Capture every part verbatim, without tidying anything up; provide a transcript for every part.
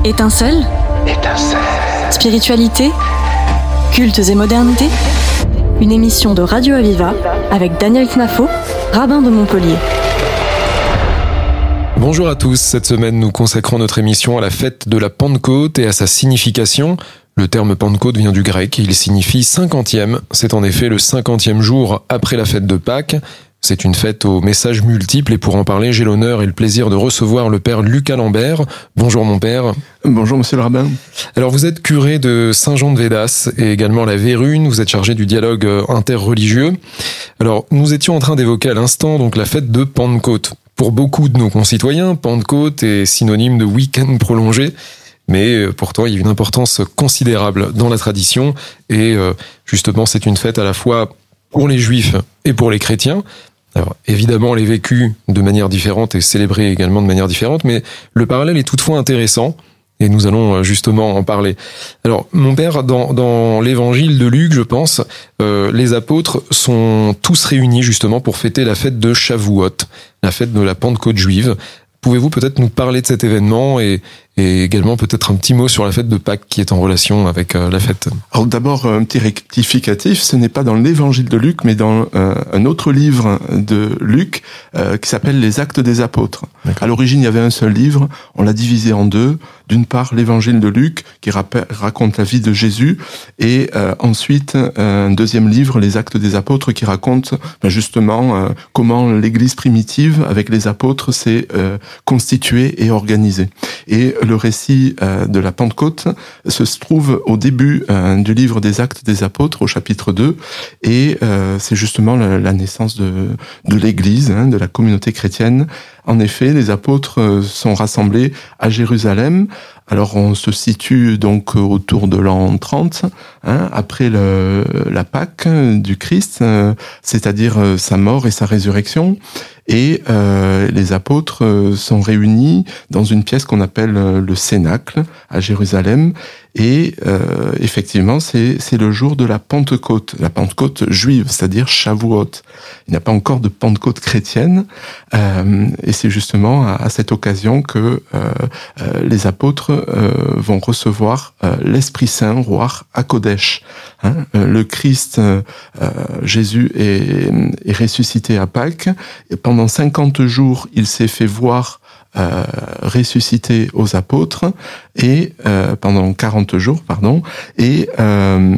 Étincelle, Étincelle. Spiritualité, cultes et modernité. Une émission de Radio Aviva avec Daniel Knafo, rabbin de Montpellier. Bonjour à tous, cette semaine nous consacrons notre émission à la fête de la Pentecôte et à sa signification. Le terme Pentecôte vient du grec, il signifie cinquantième. C'est en effet le cinquantième jour après la fête de Pâques. C'est une fête aux messages multiples et pour en parler, j'ai l'honneur et le plaisir de recevoir le père Lucas Lambert. Bonjour mon père. Bonjour monsieur le rabbin. Alors vous êtes curé de Saint-Jean-de-Védas et également la Vérune, vous êtes chargé du dialogue interreligieux. Alors nous étions en train d'évoquer à l'instant donc la fête de Pentecôte. Pour beaucoup de nos concitoyens, Pentecôte est synonyme de week-end prolongé. Mais pourtant, il y a une importance considérable dans la tradition et justement, c'est une fête à la fois pour les juifs et pour les chrétiens. Alors, évidemment, elle est vécue de manière différente et célébrée également de manière différente, mais le parallèle est toutefois intéressant et nous allons justement en parler. Alors, mon père, dans, dans l'évangile de Luc, je pense, euh, les apôtres sont tous réunis justement pour fêter la fête de Shavuot, la fête de la Pentecôte juive. Pouvez-vous peut-être nous parler de cet événement et, et également peut-être un petit mot sur la fête de Pâques qui est en relation avec euh, la fête? Alors d'abord, un petit rectificatif, ce n'est pas dans l'évangile de Luc, mais dans euh, un autre livre de Luc euh, qui s'appelle Les Actes des Apôtres. D'accord. À l'origine, il y avait un seul livre, on l'a divisé en deux. D'une part, l'évangile de Luc qui rappelle, raconte la vie de Jésus et euh, ensuite un deuxième livre, Les Actes des Apôtres, qui raconte ben, justement euh, comment l'Église primitive avec les apôtres s'est euh, constituée et organisée. Et le récit euh, de la Pentecôte se trouve au début euh, du livre des Actes des Apôtres, au chapitre deux, et euh, c'est justement la, la naissance de, de l'Église, hein, de la communauté chrétienne. En effet, les apôtres sont rassemblés à Jérusalem. Alors on se situe donc autour de l'an trente, hein, après le, la Pâque du Christ, euh, c'est-à-dire sa mort et sa résurrection. Et euh, les apôtres sont réunis dans une pièce qu'on appelle le Cénacle à Jérusalem. Et euh, effectivement, c'est, c'est le jour de la Pentecôte, la Pentecôte juive, c'est-à-dire Shavuot. Il n'y a pas encore de Pentecôte chrétienne. Euh, et c'est justement à, à cette occasion que euh, euh, les apôtres euh, vont recevoir euh, l'Esprit Saint, Ruach HaKodesh. Hein, euh, le Christ, euh, Jésus, est, est ressuscité à Pâques. Et pendant cinquante jours, il s'est fait voir Euh, ressuscité aux apôtres et euh, pendant quarante jours, pardon, et euh,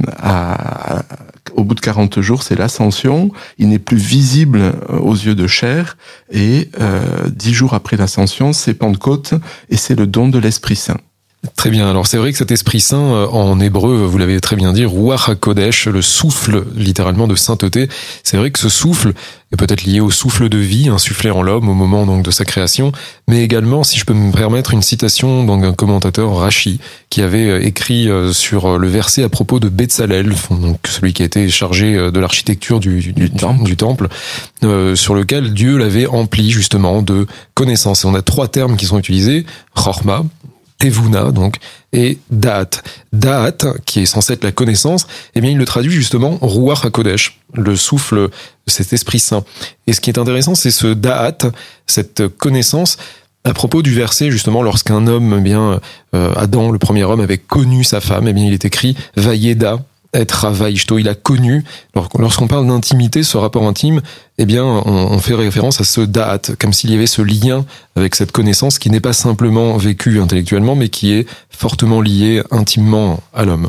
à, à, au bout de quarante jours, c'est l'ascension. Il n'est plus visible aux yeux de chair et euh, dix jours après l'ascension, c'est Pentecôte et c'est le don de l'Esprit Saint. Très bien. Alors c'est vrai que cet Esprit Saint, en hébreu, vous l'avez très bien dit, Ruach HaKodesh, le souffle littéralement de sainteté. C'est vrai que ce souffle est peut-être lié au souffle de vie insufflé en l'homme au moment donc de sa création, mais également, si je peux me permettre, une citation donc d'un commentateur, Rashi, qui avait écrit sur le verset à propos de Betsalel, donc celui qui a été chargé de l'architecture du, du, du temple, du temple euh, sur lequel Dieu l'avait empli justement de connaissances. Et on a trois termes qui sont utilisés, Chorma, Evuna, donc, et Da'at. Da'at, qui est censé être la connaissance, eh bien, il le traduit justement Ruach HaKodesh, le souffle de cet Esprit Saint. Et ce qui est intéressant, c'est ce Da'at, cette connaissance, à propos du verset, justement, lorsqu'un homme, eh bien, euh, Adam, le premier homme, avait connu sa femme, eh bien, il est écrit Vayeda, être Vaishto, il a connu. Lorsqu'on parle d'intimité, ce rapport intime, eh bien, on, on fait référence à ce da'at, comme s'il y avait ce lien avec cette connaissance qui n'est pas simplement vécue intellectuellement, mais qui est fortement liée intimement à l'homme.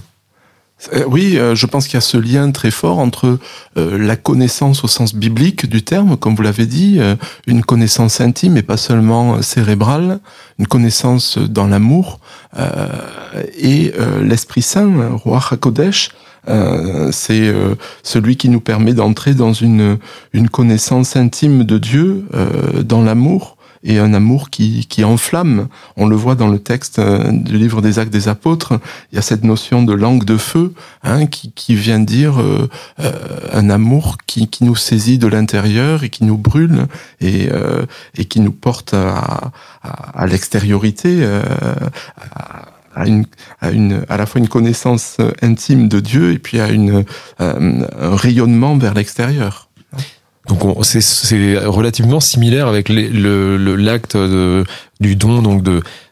Oui, je pense qu'il y a ce lien très fort entre euh, la connaissance au sens biblique du terme, comme vous l'avez dit, euh, une connaissance intime et pas seulement cérébrale, une connaissance dans l'amour, euh, et euh, l'Esprit Saint, Ruach HaKodesh, Euh, c'est euh, celui qui nous permet d'entrer dans une une connaissance intime de Dieu, euh, dans l'amour, et un amour qui qui enflamme. On le voit dans le texte euh, du livre des Actes des Apôtres. Il y a cette notion de langue de feu, hein, qui qui vient dire euh, euh, un amour qui qui nous saisit de l'intérieur et qui nous brûle et euh, et qui nous porte à à, à l'extériorité. Euh, à, à une, à une, à la fois une connaissance intime de Dieu et puis à une, euh, un rayonnement vers l'extérieur. Donc on, c'est, c'est relativement similaire avec les, le, le, l'acte de, du don donc de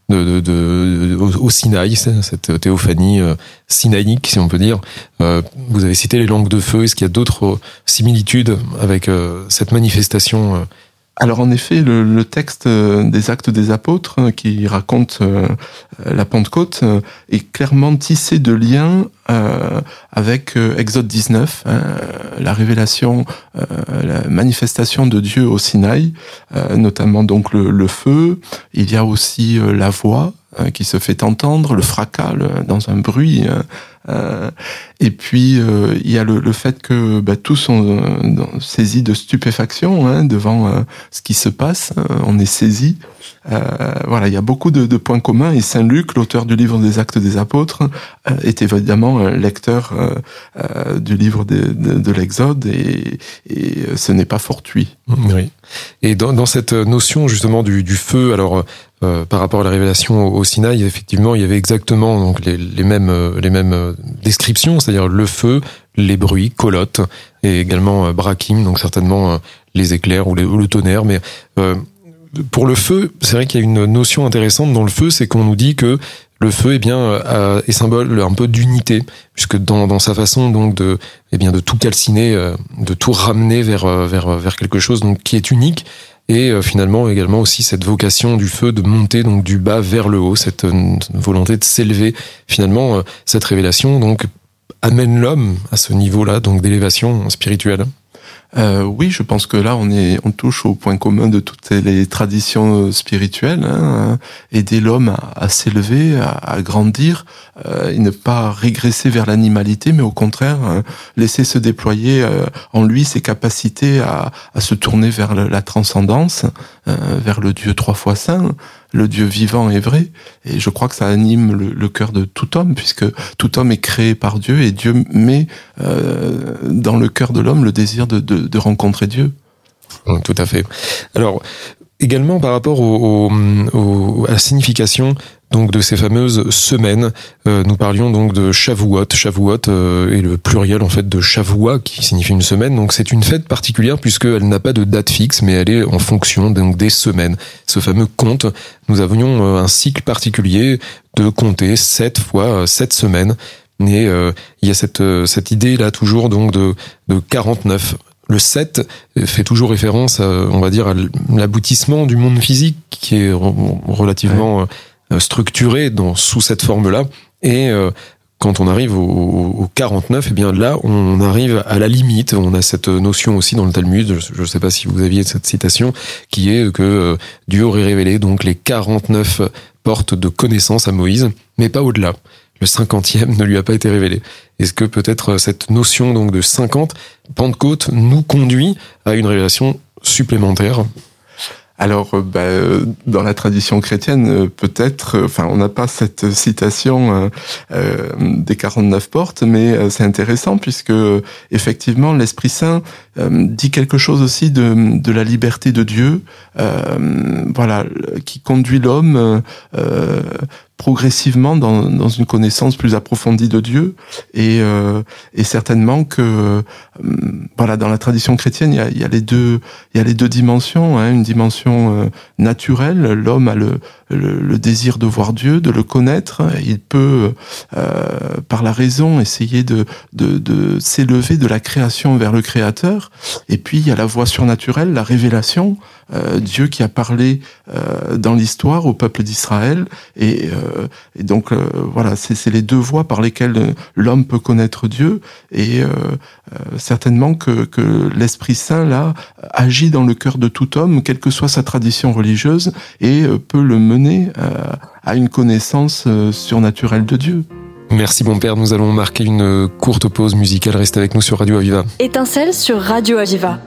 de, de, de au, au Sinaï, cette théophanie euh, sinaïque, si on peut dire. Euh, vous avez cité les langues de feu. Est-ce qu'il y a d'autres similitudes avec euh, cette manifestation euh, Alors en effet, le, le texte des Actes des Apôtres qui raconte euh, la Pentecôte euh, est clairement tissé de liens euh, avec euh, Exode dix-neuf, hein, la révélation, euh, la manifestation de Dieu au Sinaï, euh, notamment donc le, le feu. Il y a aussi euh, la voix euh, qui se fait entendre, le fracas le, dans un bruit. Hein, Euh, et puis euh, il y a le, le fait que bah, tous sont euh, saisis de stupéfaction hein, devant euh, ce qui se passe. Euh, on est saisis. Euh, voilà, il y a beaucoup de, de points communs. Et Saint Luc, l'auteur du livre des Actes des Apôtres, euh, est évidemment un lecteur euh, euh, du livre de, de, de l'Exode, et, et ce n'est pas fortuit. Oui. Et dans, dans cette notion justement du, du feu, alors. Euh, par rapport à la révélation au, au Sinaï, effectivement, il y avait exactement donc les, les mêmes euh, les mêmes euh, descriptions, c'est-à-dire le feu, les bruits, colotte, et également euh, brakim, donc certainement euh, les éclairs ou, les, ou le tonnerre. Mais euh, pour le feu, c'est vrai qu'il y a une notion intéressante dans le feu, c'est qu'on nous dit que le feu, eh bien, euh, est symbole un peu d'unité, puisque dans, dans sa façon donc de, eh bien, de tout calciner, euh, de tout ramener vers vers vers quelque chose donc qui est unique. Et euh, finalement également aussi cette vocation du feu de monter donc du bas vers le haut, cette euh, volonté de s'élever. Finalement, euh, cette révélation donc amène l'homme à ce niveau-là donc d'élévation spirituelle. Euh, oui, je pense que là, on est, on touche au point commun de toutes les traditions spirituelles, hein, aider l'homme à, à s'élever, à, à grandir, euh, et ne pas régresser vers l'animalité, mais au contraire, euh, laisser se déployer euh, en lui ses capacités à, à se tourner vers la, la transcendance, euh, vers le Dieu trois fois saint, le Dieu vivant et vrai. Et je crois que ça anime le, le cœur de tout homme, puisque tout homme est créé par Dieu, et Dieu met euh, dans le cœur de l'homme le désir de, de, de rencontrer Dieu. Tout à fait. Alors, également par rapport au, au, au, à la signification donc de ces fameuses semaines, euh, nous parlions donc de Shavuot. Shavuot euh, est le pluriel en fait de Shavua, qui signifie une semaine. Donc c'est une fête particulière puisqu'elle n'a pas de date fixe, mais elle est en fonction donc des semaines. Ce fameux compte, nous avions un cycle particulier de compter sept fois sept semaines. Et euh, il y a cette cette idée là toujours donc de de quarante-neuf. Le sept fait toujours référence, à, on va dire, à l'aboutissement du monde physique qui est relativement ouais. structuré dans, sous cette forme-là. Et euh, quand on arrive au, au quarante-neuf, eh bien là, on arrive à la limite. On a cette notion aussi dans le Talmud, je ne sais pas si vous aviez cette citation, qui est que euh, Dieu aurait révélé donc les quarante-neuf portes de connaissance à Moïse, mais pas au-delà. Le cinquantième ne lui a pas été révélé. Est-ce que peut-être cette notion donc de cinquante, Pentecôte, nous conduit à une révélation supplémentaire ? Alors, bah, dans la tradition chrétienne, peut-être, enfin, on n'a pas cette citation euh, des quarante-neuf portes, mais c'est intéressant puisque, effectivement, l'Esprit Saint euh, dit quelque chose aussi de, de la liberté de Dieu, euh, voilà, qui conduit l'homme euh, progressivement dans, dans une connaissance plus approfondie de Dieu, et, euh, et certainement que euh, voilà, dans la tradition chrétienne il y a, il y a les deux il y a les deux dimensions, hein, une dimension euh, naturelle, l'homme a le, le le désir de voir Dieu, de le connaître, il peut euh, par la raison essayer de de de s'élever de la création vers le Créateur, et puis il y a la voie surnaturelle, la révélation, euh, Dieu qui a parlé euh, dans l'histoire au peuple d'Israël, et euh, Et donc euh, voilà, c'est, c'est les deux voies par lesquelles l'homme peut connaître Dieu, et euh, euh, certainement que, que l'Esprit Saint là agit dans le cœur de tout homme, quelle que soit sa tradition religieuse, et euh, peut le mener euh, à une connaissance euh, surnaturelle de Dieu. Merci mon père, nous allons marquer une courte pause musicale, restez avec nous sur Radio Aviva. Étincelle sur Radio Aviva.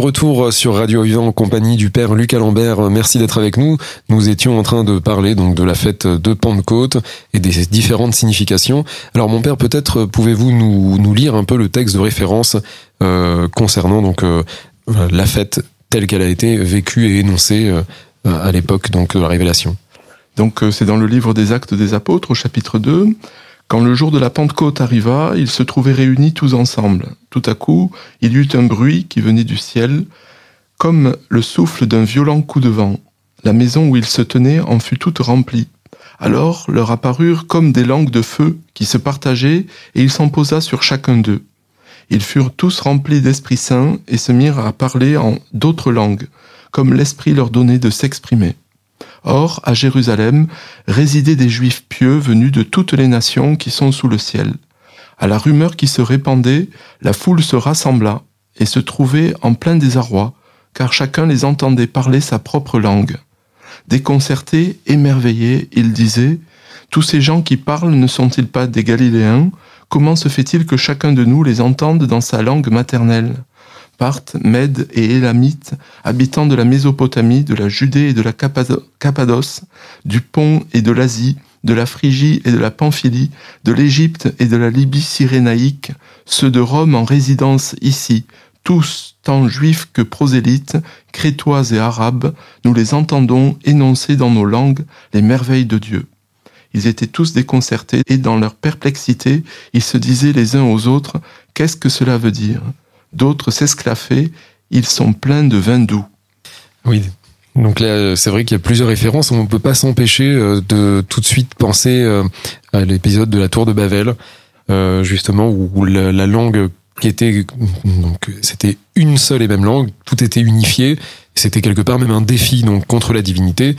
retour sur Radio Aviva en compagnie du père Luc Alembert. Merci d'être avec nous. Nous étions en train de parler donc de la fête de Pentecôte et des différentes significations. Alors mon père, peut-être pouvez-vous nous, nous lire un peu le texte de référence euh, concernant donc euh, la fête telle qu'elle a été vécue et énoncée euh, à l'époque donc de la Révélation. Donc c'est dans le livre des Actes des Apôtres au chapitre deux. Quand le jour de la Pentecôte arriva, ils se trouvaient réunis tous ensemble. Tout à coup, il y eut un bruit qui venait du ciel, comme le souffle d'un violent coup de vent. La maison où ils se tenaient en fut toute remplie. Alors leur apparurent comme des langues de feu qui se partageaient, et il s'en posa sur chacun d'eux. Ils furent tous remplis d'Esprit Saint et se mirent à parler en d'autres langues, comme l'Esprit leur donnait de s'exprimer. Or, à Jérusalem, résidaient des Juifs pieux venus de toutes les nations qui sont sous le ciel. À la rumeur qui se répandait, la foule se rassembla et se trouvait en plein désarroi, car chacun les entendait parler sa propre langue. Déconcertés, émerveillés, ils disaient « Tous ces gens qui parlent ne sont-ils pas des Galiléens ? Comment se fait-il que chacun de nous les entende dans sa langue maternelle ?» Parthes, Mèdes et Élamites, habitants de la Mésopotamie, de la Judée et de la Cappadoce, du Pont et de l'Asie, de la Phrygie et de la Pamphylie, de l'Égypte et de la Libye cyrénaïque, ceux de Rome en résidence ici, tous, tant juifs que prosélytes, crétois et arabes, nous les entendons énoncer dans nos langues les merveilles de Dieu. Ils étaient tous déconcertés et dans leur perplexité, ils se disaient les uns aux autres « Qu'est-ce que cela veut dire ?» D'autres s'esclaffaient, ils sont pleins de vin doux. Oui, donc là, c'est vrai qu'il y a plusieurs références. On ne peut pas s'empêcher de tout de suite penser à l'épisode de la Tour de Babel, justement, où la, la langue qui était, donc, c'était une seule et même langue, tout était unifié. C'était quelque part même un défi, donc, contre la divinité,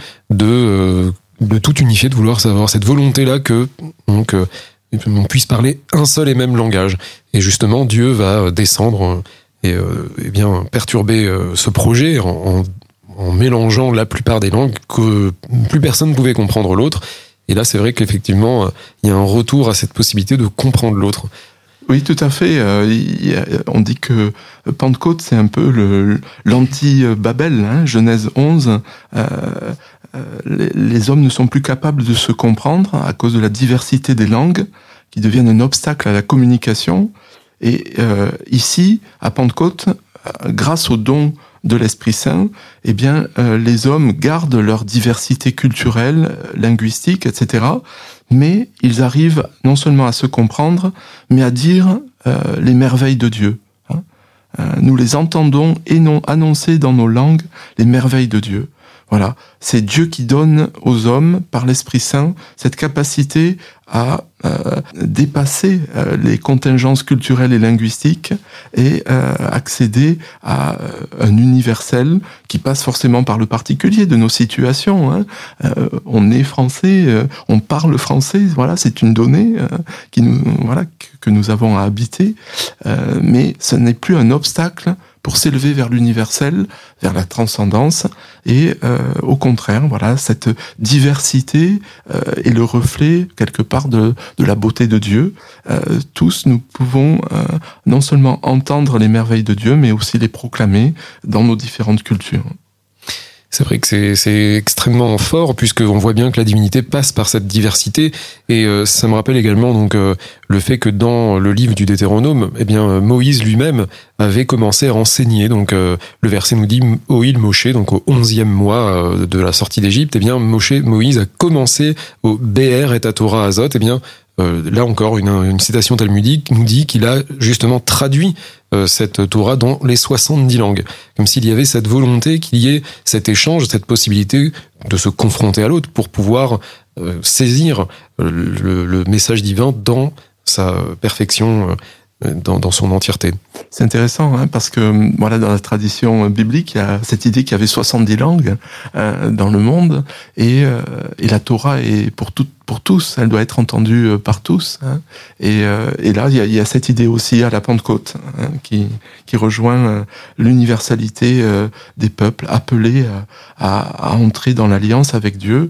de, de tout unifier, de vouloir savoir cette volonté-là que, donc, on puisse parler un seul et même langage. Et justement, Dieu va descendre et, euh, et bien perturber euh, ce projet en, en, en mélangeant la plupart des langues que plus personne ne pouvait comprendre l'autre. Et là, c'est vrai qu'effectivement, il y a un retour à cette possibilité de comprendre l'autre. Oui, tout à fait. Euh, y a, on dit que Pentecôte, c'est un peu le, l'anti-Babel, hein, Genèse onze. Euh, euh, les, les hommes ne sont plus capables de se comprendre à cause de la diversité des langues qui deviennent un obstacle à la communication. Et euh, ici, à Pentecôte, euh, grâce au don de l'Esprit Saint, eh bien, euh, les hommes gardent leur diversité culturelle, linguistique, et cetera. Mais ils arrivent non seulement à se comprendre, mais à dire euh, les merveilles de Dieu. Hein. Euh, nous les entendons et non annoncer dans nos langues les merveilles de Dieu. Voilà, c'est Dieu qui donne aux hommes, par l'Esprit Saint, cette capacité à euh, dépasser euh, les contingences culturelles et linguistiques et euh, accéder à euh, un universel qui passe forcément par le particulier de nos situations. Hein. Euh, on est français, euh, on parle français, voilà, c'est une donnée euh, qui nous, voilà, que, que nous avons à habiter, euh, mais ce n'est plus un obstacle pour s'élever vers l'universel, vers la transcendance, et euh, au contraire, voilà, cette diversité euh, est le reflet quelque part de, de la beauté de Dieu. Euh, tous, nous pouvons euh, non seulement entendre les merveilles de Dieu, mais aussi les proclamer dans nos différentes cultures. C'est vrai que c'est, c'est extrêmement fort, puisqu'on voit bien que la divinité passe par cette diversité, et euh, ça me rappelle également donc euh, le fait que dans le livre du Deutéronome, eh bien Moïse lui-même avait commencé à enseigner. Donc euh, le verset nous dit « Oïl Moshe », donc au onzième mois euh, de la sortie d'Égypte, eh bien Moshe, Moïse a commencé au Be'er et à Torah Azot, eh bien Euh, là encore, une, une citation talmudique nous dit qu'il a justement traduit euh, cette Torah dans les soixante-dix langues. Comme s'il y avait cette volonté, qu'il y ait cet échange, cette possibilité de se confronter à l'autre pour pouvoir euh, saisir le, le message divin dans sa perfection, euh, dans, dans son entièreté. C'est intéressant, hein, parce que voilà, dans la tradition biblique, il y a cette idée qu'il y avait soixante-dix langues euh, dans le monde, et, euh, et la Torah est pour toute pour tous, elle doit être entendue par tous. Hein. Et, euh, et là, il y a, y a cette idée aussi à la Pentecôte hein, qui, qui rejoint euh, l'universalité euh, des peuples appelés à, à, à entrer dans l'alliance avec Dieu.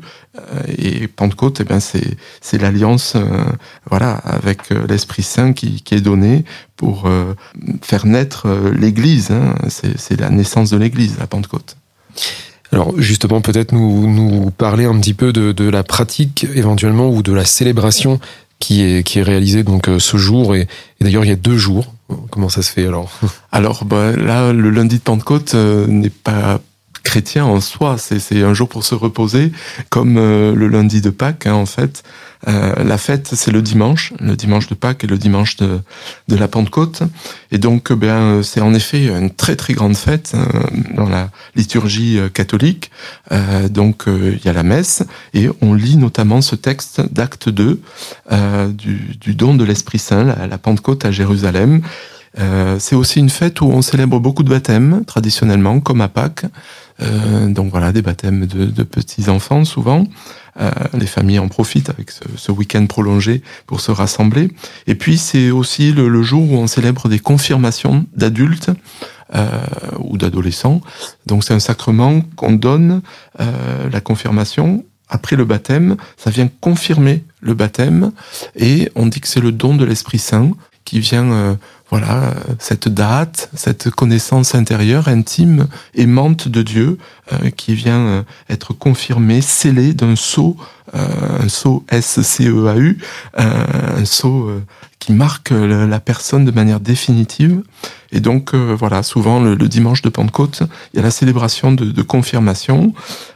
Et Pentecôte, eh bien, c'est, c'est l'alliance, euh, voilà, avec l'Esprit Saint qui, qui est donné pour euh, faire naître euh, l'Église. Hein. C'est, c'est la naissance de l'Église, la Pentecôte. Alors justement, peut-être nous, nous parler un petit peu de, de la pratique éventuellement ou de la célébration qui est, qui est réalisée donc ce jour. Et, et d'ailleurs, il y a deux jours. Comment ça se fait alors ? Alors bah, là, le lundi de Pentecôte euh, n'est pas chrétien en soi, c'est, c'est un jour pour se reposer, comme euh, le lundi de Pâques, hein, en fait. Euh, la fête, c'est le dimanche, le dimanche de Pâques et le dimanche de, de la Pentecôte. Et donc, ben, c'est en effet une très très grande fête euh, dans la liturgie catholique. Euh, donc, il euh, y a la messe et on lit notamment ce texte d'Acte deux euh, du, du don de l'Esprit Saint, la, la Pentecôte à Jérusalem. Euh, c'est aussi une fête où on célèbre beaucoup de baptêmes, traditionnellement, comme à Pâques. Euh, donc voilà, des baptêmes de, de petits-enfants, souvent. Euh, les familles en profitent avec ce, ce week-end prolongé pour se rassembler. Et puis, c'est aussi le, le jour où on célèbre des confirmations d'adultes euh, ou d'adolescents. Donc, c'est un sacrement qu'on donne, euh, la confirmation. Après le baptême, ça vient confirmer le baptême. Et on dit que c'est le don de l'Esprit Saint qui vient... Euh, Voilà, cette date, cette connaissance intérieure, intime, aimante de Dieu, euh, qui vient euh, être confirmée, scellée d'un sceau, euh, un sceau S C E A U, euh, un sceau euh, qui marque la personne de manière définitive. Et donc, euh, voilà, souvent, le, le dimanche de Pentecôte, il y a la célébration de, de confirmation.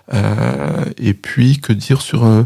Euh, et puis, que dire sur euh,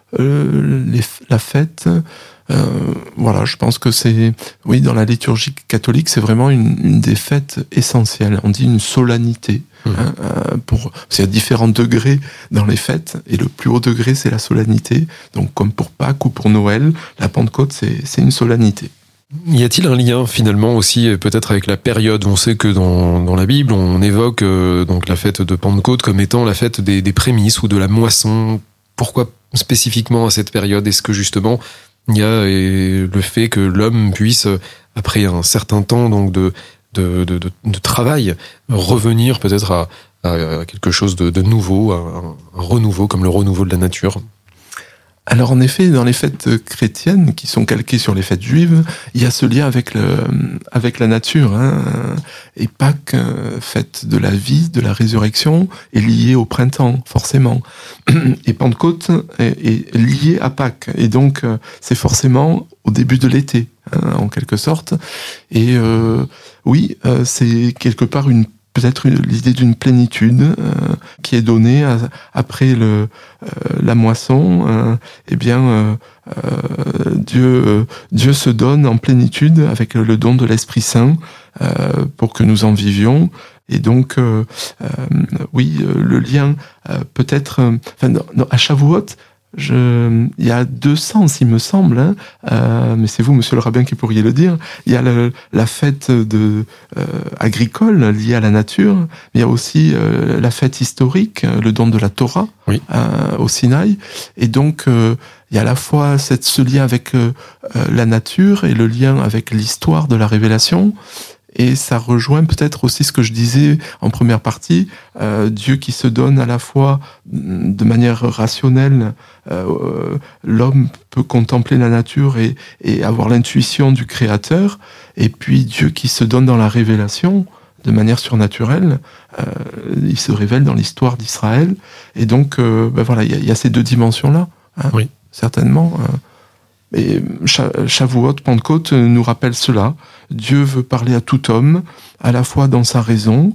euh, les, la fête ? Euh, voilà, je pense que c'est, oui, dans la liturgie catholique, c'est vraiment une, une des fêtes essentielles. On dit une solennité. Mmh. Hein, euh, pour, il y a différents degrés dans les fêtes, et le plus haut degré, c'est la solennité. Donc, comme pour Pâques ou pour Noël, la Pentecôte, c'est, c'est une solennité. Y a-t-il un lien finalement aussi peut-être avec la période ? On sait que dans, dans la Bible, on évoque euh, donc la fête de Pentecôte comme étant la fête des, des prémices ou de la moisson. Pourquoi spécifiquement à cette période ? Est-ce que justement il y a le fait que l'homme puisse, après un certain temps donc de, de, de, de, de travail, revenir peut-être à, à quelque chose de, de nouveau, à un, un renouveau, comme le renouveau de la nature ? Alors en effet, dans les fêtes chrétiennes, qui sont calquées sur les fêtes juives, il y a ce lien avec, le, avec la nature. Hein. Et Pâques, fête de la vie, de la résurrection, est liée au printemps, forcément. Et Pentecôte est, est liée à Pâques. Et donc, c'est forcément au début de l'été, hein, en quelque sorte. Et euh, oui, euh, c'est quelque part une peut-être l'idée d'une plénitude euh, qui est donnée à, après le, euh, la moisson. Euh, eh bien, euh, euh, Dieu, euh, Dieu se donne en plénitude avec le don de l'Esprit Saint euh, pour que nous en vivions. Et donc, euh, euh, oui, le lien euh, peut-être... Euh, enfin, non, non, à Shavuot, Je, il y a deux sens, il me semble, hein, euh, mais c'est vous, monsieur le rabbin, qui pourriez le dire. Il y a le, la fête de, euh, agricole liée à la nature, mais il y a aussi euh, la fête historique, le don de la Torah, oui. euh, au Sinaï. Et donc, euh, il y a à la fois cette, ce lien avec euh, la nature et le lien avec l'histoire de la révélation. Et ça rejoint peut-être aussi ce que je disais en première partie, euh, Dieu qui se donne à la fois de manière rationnelle, euh, l'homme peut contempler la nature et, et avoir l'intuition du Créateur, et puis Dieu qui se donne dans la révélation de manière surnaturelle, euh, il se révèle dans l'histoire d'Israël, et donc euh, ben voilà, il y, y a ces deux dimensions-là, hein, oui. certainement. Euh, Et Shavuot, Pentecôte nous rappelle cela. Dieu veut parler à tout homme, à la fois dans sa raison,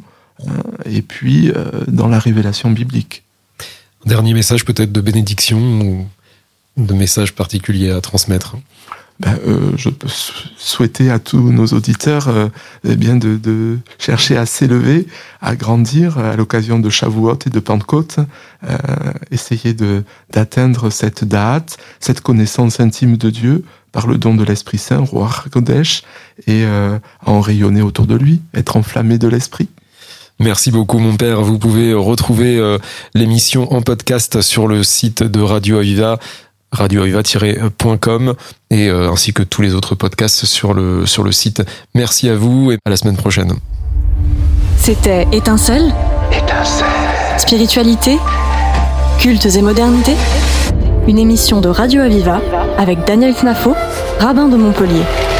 et puis dans la révélation biblique. Dernier message peut-être de bénédiction, ou de message particulier à transmettre ? Ben, euh, je peux souhaiter à tous nos auditeurs euh, eh bien de, de chercher à s'élever, à grandir à l'occasion de Shavuot et de Pentecôte, euh, essayer de d'atteindre cette date, cette connaissance intime de Dieu par le don de l'Esprit Saint, Ruach Kodesh, et euh, à en rayonner autour de lui, être enflammé de l'Esprit. Merci beaucoup mon père. Vous pouvez retrouver euh, l'émission en podcast sur le site de Radio Aviva. radio aviva tiret point com et euh, ainsi que tous les autres podcasts sur le, sur le site. Merci à vous et à la semaine prochaine. C'était Étincelle. Étincelle. Spiritualité, cultes et modernité. Une émission de Radio Aviva avec Daniel Knafo, rabbin de Montpellier.